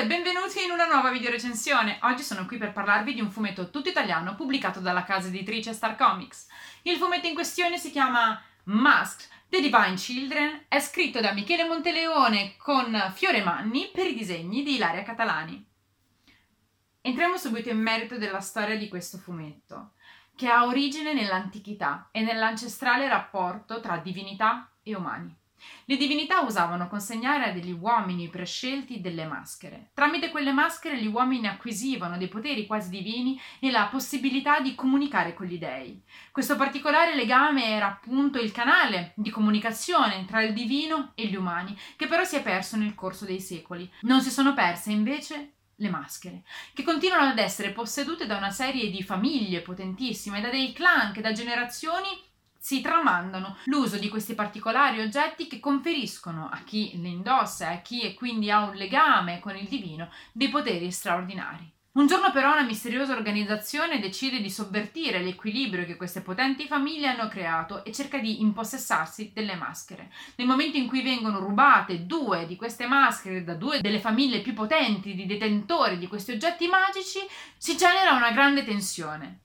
e benvenuti in una nuova videorecensione. Oggi sono qui per parlarvi di un fumetto tutto italiano pubblicato dalla casa editrice Star Comics. Il fumetto in questione si chiama Masked: The Divine Children, è scritto da Michele Monteleone con Fiore Manni per i disegni di Ilaria Catalani. Entriamo subito in merito della storia di questo fumetto, che ha origine nell'antichità e nell'ancestrale rapporto tra divinità e umani. Le divinità usavano consegnare a degli uomini prescelti delle maschere. Tramite quelle maschere gli uomini acquisivano dei poteri quasi divini e la possibilità di comunicare con gli dei. Questo particolare legame era appunto il canale di comunicazione tra il divino e gli umani, che però si è perso nel corso dei secoli. Non si sono perse invece le maschere, che continuano ad essere possedute da una serie di famiglie potentissime, da dei clan che da generazioni si tramandano l'uso di questi particolari oggetti che conferiscono a chi le indossa e a chi e quindi ha un legame con il divino dei poteri straordinari. Un giorno però una misteriosa organizzazione decide di sovvertire l'equilibrio che queste potenti famiglie hanno creato e cerca di impossessarsi delle maschere. Nel momento in cui vengono rubate due di queste maschere da due delle famiglie più potenti di detentori di questi oggetti magici, si genera una grande tensione.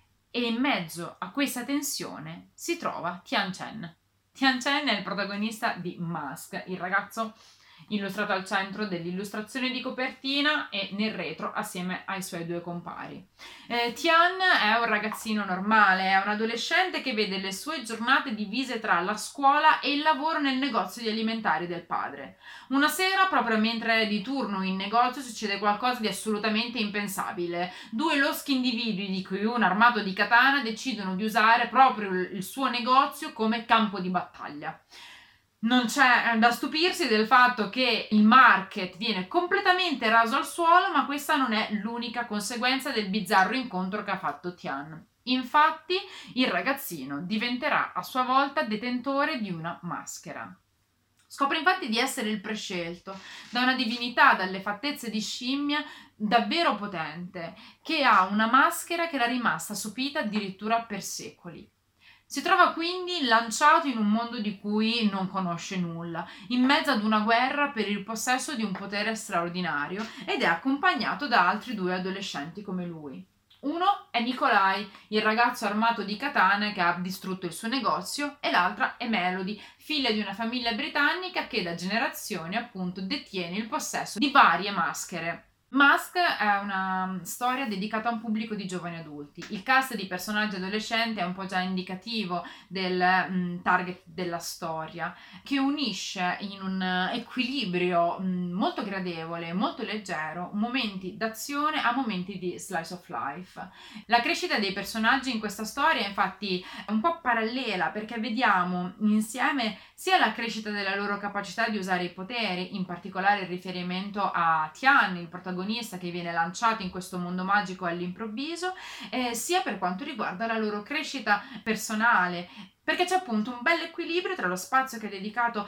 E in mezzo a questa tensione si trova Tian Chen. Tian Chen è il protagonista di Mask, il ragazzo illustrato al centro dell'illustrazione di copertina e nel retro assieme ai suoi due compari. Tian è un ragazzino normale, è un adolescente che vede le sue giornate divise tra la scuola e il lavoro nel negozio di alimentari del padre. Una sera, proprio mentre è di turno in negozio, succede qualcosa di assolutamente impensabile. Due loschi individui, di cui uno armato di katana, decidono di usare proprio il suo negozio come campo di battaglia. Non c'è da stupirsi del fatto che il market viene completamente raso al suolo, ma questa non è l'unica conseguenza del bizzarro incontro che ha fatto Tian. Infatti, il ragazzino diventerà a sua volta detentore di una maschera. Scopre infatti di essere il prescelto da una divinità dalle fattezze di scimmia davvero potente, che ha una maschera che era rimasta sopita addirittura per secoli. Si trova quindi lanciato in un mondo di cui non conosce nulla, in mezzo ad una guerra per il possesso di un potere straordinario, ed è accompagnato da altri due adolescenti come lui. Uno è Nikolai, il ragazzo armato di katana che ha distrutto il suo negozio, e l'altra è Melody, figlia di una famiglia britannica che da generazioni appunto detiene il possesso di varie maschere. Mask è una storia dedicata a un pubblico di giovani adulti. Il cast di personaggi adolescenti è un po' già indicativo del target della storia, che unisce in un equilibrio molto gradevole, molto leggero, momenti d'azione a momenti di slice of life. La crescita dei personaggi in questa storia infatti è un po' parallela, perché vediamo insieme sia la crescita della loro capacità di usare i poteri, in particolare il riferimento a Tian, il protagonista che viene lanciato in questo mondo magico all'improvviso, sia per quanto riguarda la loro crescita personale, perché c'è appunto un bel equilibrio tra lo spazio che è dedicato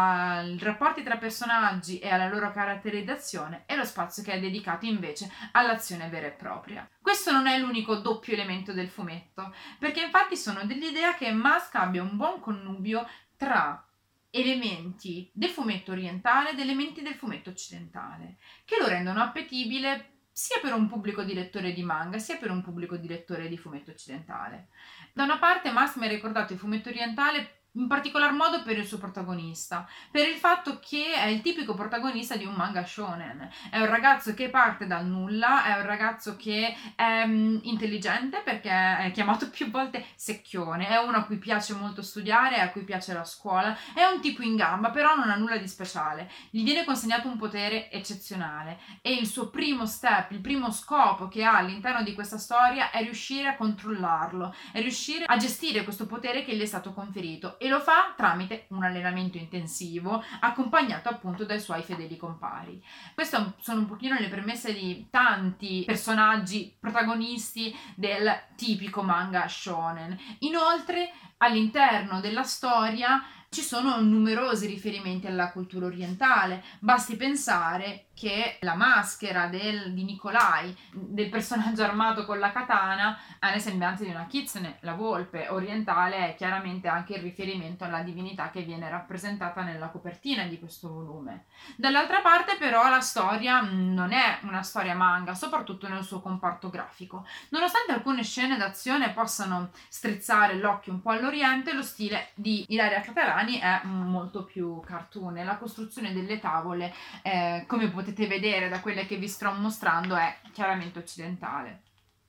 ai rapporti tra personaggi e alla loro caratterizzazione e lo spazio che è dedicato invece all'azione vera e propria. Questo non è l'unico doppio elemento del fumetto, perché infatti sono dell'idea che Mask abbia un buon connubio tra elementi del fumetto orientale ed elementi del fumetto occidentale, che lo rendono appetibile sia per un pubblico di lettori di manga, sia per un pubblico di lettori di fumetto occidentale. Da una parte Mask mi ha ricordato il fumetto orientale in particolar modo per il suo protagonista, per il fatto che è il tipico protagonista di un manga shonen. È un ragazzo che parte dal nulla, è un ragazzo che è intelligente perché è chiamato più volte secchione, è uno a cui piace molto studiare, a cui piace la scuola, è un tipo in gamba, però non ha nulla di speciale. Gli viene consegnato un potere eccezionale e il suo primo step, il primo scopo che ha all'interno di questa storia è riuscire a controllarlo, è riuscire a gestire questo potere che gli è stato conferito. E lo fa tramite un allenamento intensivo accompagnato appunto dai suoi fedeli compari. Queste sono un pochino le premesse di tanti personaggi protagonisti del tipico manga shonen. Inoltre all'interno della storia Ci sono numerosi riferimenti alla cultura orientale, basti pensare che la maschera di Nikolai, del personaggio armato con la katana, ha le sembianze di una kitsune, la volpe orientale è chiaramente anche il riferimento alla divinità che viene rappresentata nella copertina di questo volume. Dall'altra parte però la storia non è una storia manga, soprattutto nel suo comparto grafico. Nonostante alcune scene d'azione possano strizzare l'occhio un po' all'oriente, lo stile di Ilaria Catalani è molto più cartoon e la costruzione delle tavole, come potete vedere da quelle che vi sto mostrando, è chiaramente occidentale.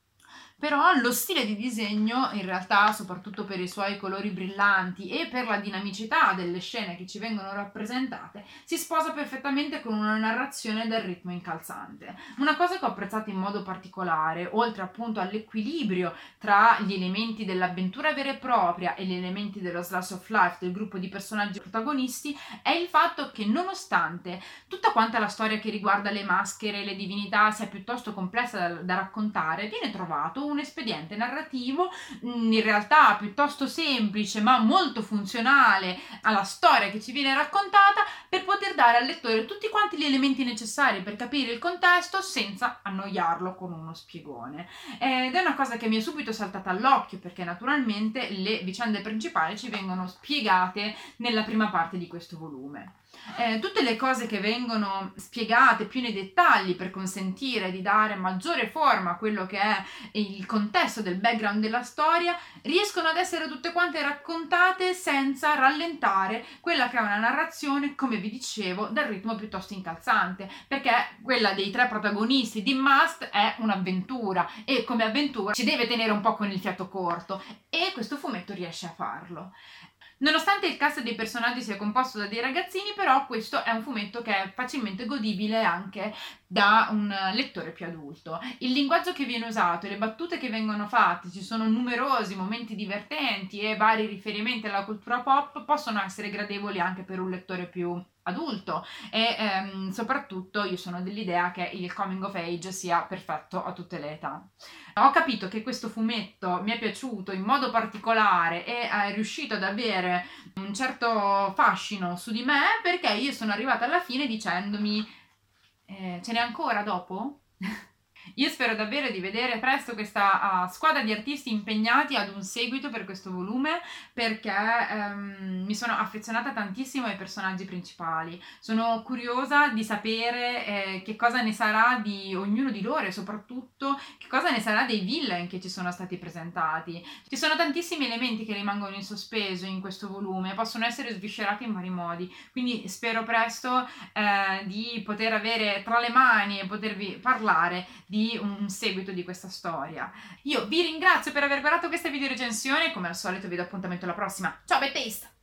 Però lo stile di disegno, in realtà, soprattutto per i suoi colori brillanti e per la dinamicità delle scene che ci vengono rappresentate, si sposa perfettamente con una narrazione dal ritmo incalzante. Una cosa che ho apprezzato in modo particolare, oltre appunto all'equilibrio tra gli elementi dell'avventura vera e propria e gli elementi dello slice of life del gruppo di personaggi protagonisti, è il fatto che nonostante tutta quanta la storia che riguarda le maschere e le divinità sia piuttosto complessa da raccontare, viene trovato un espediente narrativo in realtà piuttosto semplice ma molto funzionale alla storia che ci viene raccontata, per poter dare al lettore tutti quanti gli elementi necessari per capire il contesto senza annoiarlo con uno spiegone. Ed è una cosa che mi è subito saltata all'occhio, perché naturalmente le vicende principali ci vengono spiegate nella prima parte di questo volume. Tutte le cose che vengono spiegate più nei dettagli per consentire di dare maggiore forma a quello che è il contesto del background della storia riescono ad essere tutte quante raccontate senza rallentare quella che è una narrazione, come vi dicevo, dal ritmo piuttosto incalzante, perché quella dei tre protagonisti di Must è un'avventura e come avventura ci deve tenere un po' con il fiato corto, e questo fumetto riesce a farlo. Nonostante il cast dei personaggi sia composto da dei ragazzini, però questo è un fumetto che è facilmente godibile anche da un lettore più adulto. Il linguaggio che viene usato e le battute che vengono fatte, ci sono numerosi momenti divertenti e vari riferimenti alla cultura pop, possono essere gradevoli anche per un lettore più adulto, e soprattutto io sono dell'idea che il coming of age sia perfetto a tutte le età. Ho capito che questo fumetto mi è piaciuto in modo particolare e è riuscito ad avere un certo fascino su di me, perché io sono arrivata alla fine dicendomi ce n'è ancora dopo? Io spero davvero di vedere presto questa squadra di artisti impegnati ad un seguito per questo volume, perché mi sono affezionata tantissimo ai personaggi principali. Sono curiosa di sapere che cosa ne sarà di ognuno di loro e soprattutto che cosa ne sarà dei villain che ci sono stati presentati. Ci sono tantissimi elementi che rimangono in sospeso in questo volume, possono essere sviscerati in vari modi, quindi spero presto di poter avere tra le mani e potervi parlare di un seguito di questa storia. Io vi ringrazio per aver guardato questa video recensione, come al solito vi do appuntamento alla prossima. Ciao, bad taste!